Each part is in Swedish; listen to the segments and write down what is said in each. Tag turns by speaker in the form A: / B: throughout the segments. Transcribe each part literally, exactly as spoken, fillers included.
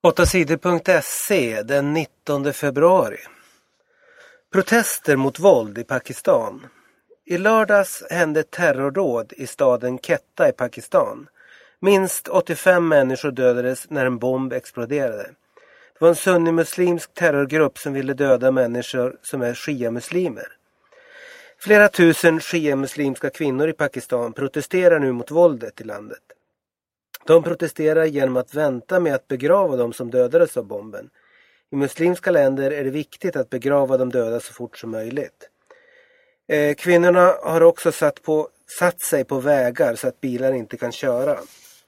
A: åtta sidor punkt se den nittonde februari. Protester mot våld i Pakistan. I lördags hände terrordåd i staden Quetta i Pakistan. Minst åttiofem människor dödades när en bomb exploderade. Det var en sunnimuslimsk terrorgrupp som ville döda människor som är shia-muslimer. Flera tusen shia-muslimska kvinnor i Pakistan protesterar nu mot våldet i landet. De protesterar genom att vänta med att begrava dem som dödades av bomben. I muslimska länder är det viktigt att begrava de döda så fort som möjligt. Eh, kvinnorna har också satt, på, satt sig på vägar så att bilar inte kan köra.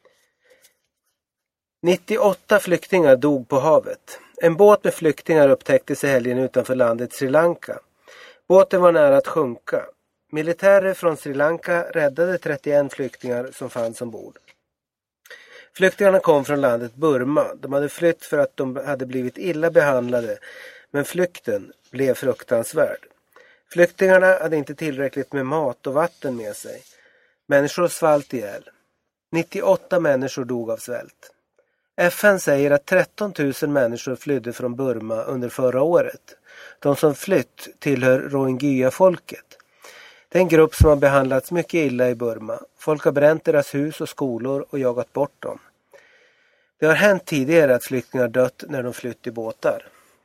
A: nittioåtta flyktingar dog på havet. En båt med flyktingar upptäcktes i helgen utanför landet Sri Lanka. Båten var nära att sjunka. Militärer från Sri Lanka räddade trettioen flyktingar som fanns ombord. Flyktingarna kom från landet Burma. De hade flytt för att de hade blivit illa behandlade, men flykten blev fruktansvärd. Flyktingarna hade inte tillräckligt med mat och vatten med sig. Människor svalt ihjäl. nittioåtta människor dog av svält. F N säger att tretton tusen människor flydde från Burma under förra året. De som flytt tillhör Rohingya-folket. Det är en grupp som har behandlats mycket illa i Burma. Folk har bränt deras hus och skolor och jagat bort dem. Det har hänt tidigare att flyktingar dött när de flytt i båtar.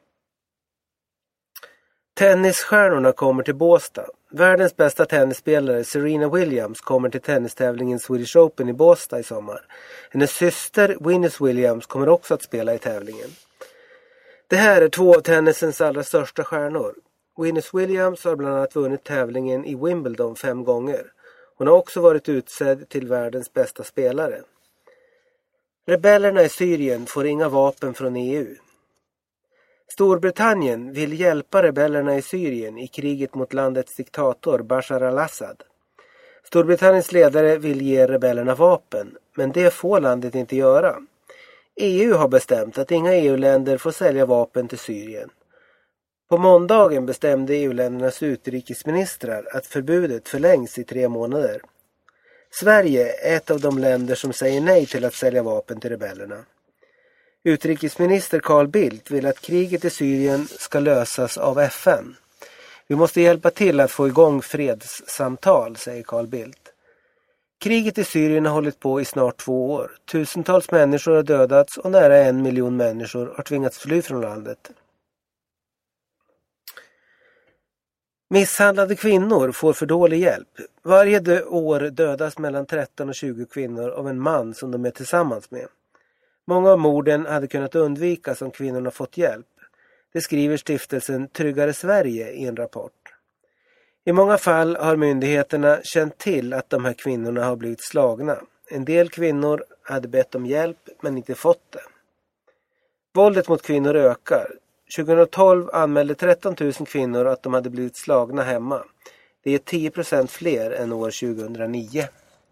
A: Tennisstjärnorna kommer till Båstad. Världens bästa tennisspelare Serena Williams kommer till tennistävlingen Swedish Open i Båstad i sommar. Hennes syster Venus Williams kommer också att spela i tävlingen. Det här är två av tennisens allra största stjärnor. Venus Williams har bland annat vunnit tävlingen i Wimbledon fem gånger. Hon har också varit utsedd till världens bästa spelare. Rebellerna i Syrien får inga vapen från E U. Storbritannien vill hjälpa rebellerna i Syrien i kriget mot landets diktator Bashar al-Assad. Storbritanniens ledare vill ge rebellerna vapen, men det får landet inte göra. E U har bestämt att inga E U-länder får sälja vapen till Syrien. På måndagen bestämde E U-ländernas utrikesministrar att förbudet förlängs i tre månader. Sverige är ett av de länder som säger nej till att sälja vapen till rebellerna. Utrikesminister Carl Bildt vill att kriget i Syrien ska lösas av F N. Vi måste hjälpa till att få igång fredssamtal, säger Carl Bildt. Kriget i Syrien har hållit på i snart två år. Tusentals människor har dödats och nära en miljon människor har tvingats fly från landet. Misshandlade kvinnor får för dålig hjälp. Varje år dödas mellan tretton och tjugo kvinnor av en man som de är tillsammans med. Många av morden hade kunnat undvikas om kvinnorna fått hjälp. Det skriver stiftelsen Tryggare Sverige i en rapport. I många fall har myndigheterna känt till att de här kvinnorna har blivit slagna. En del kvinnor hade bett om hjälp men inte fått det. Våldet mot kvinnor ökar. tjugohundratolv anmälde tretton tusen kvinnor att de hade blivit slagna hemma. Det är tio procent fler än år tjugohundranio.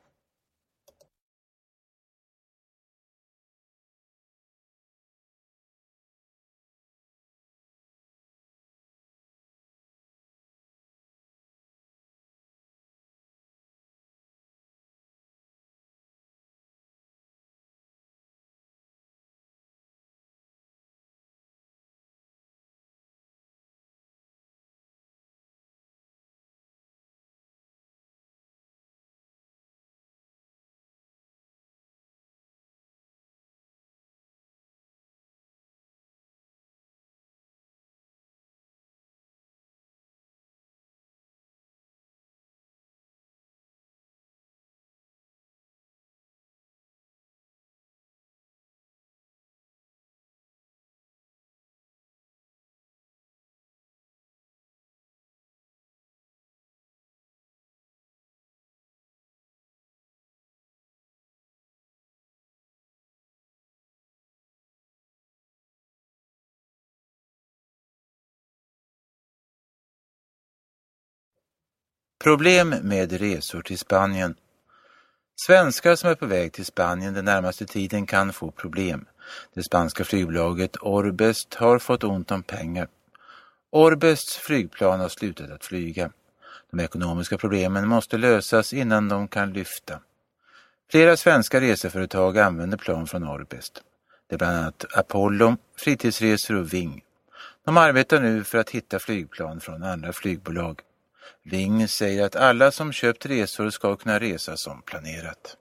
B: Problem med resor till Spanien. Svenskar som är på väg till Spanien den närmaste tiden kan få problem. Det spanska flygbolaget Orbest har fått ont om pengar. Orbests flygplan har slutat att flyga. De ekonomiska problemen måste lösas innan de kan lyfta. Flera svenska reseföretag använder plan från Orbest. Det är bland annat Apollo, Fritidsresor och Ving. De arbetar nu för att hitta flygplan från andra flygbolag. Ving säger att alla som köpt resor ska kunna resa som planerat.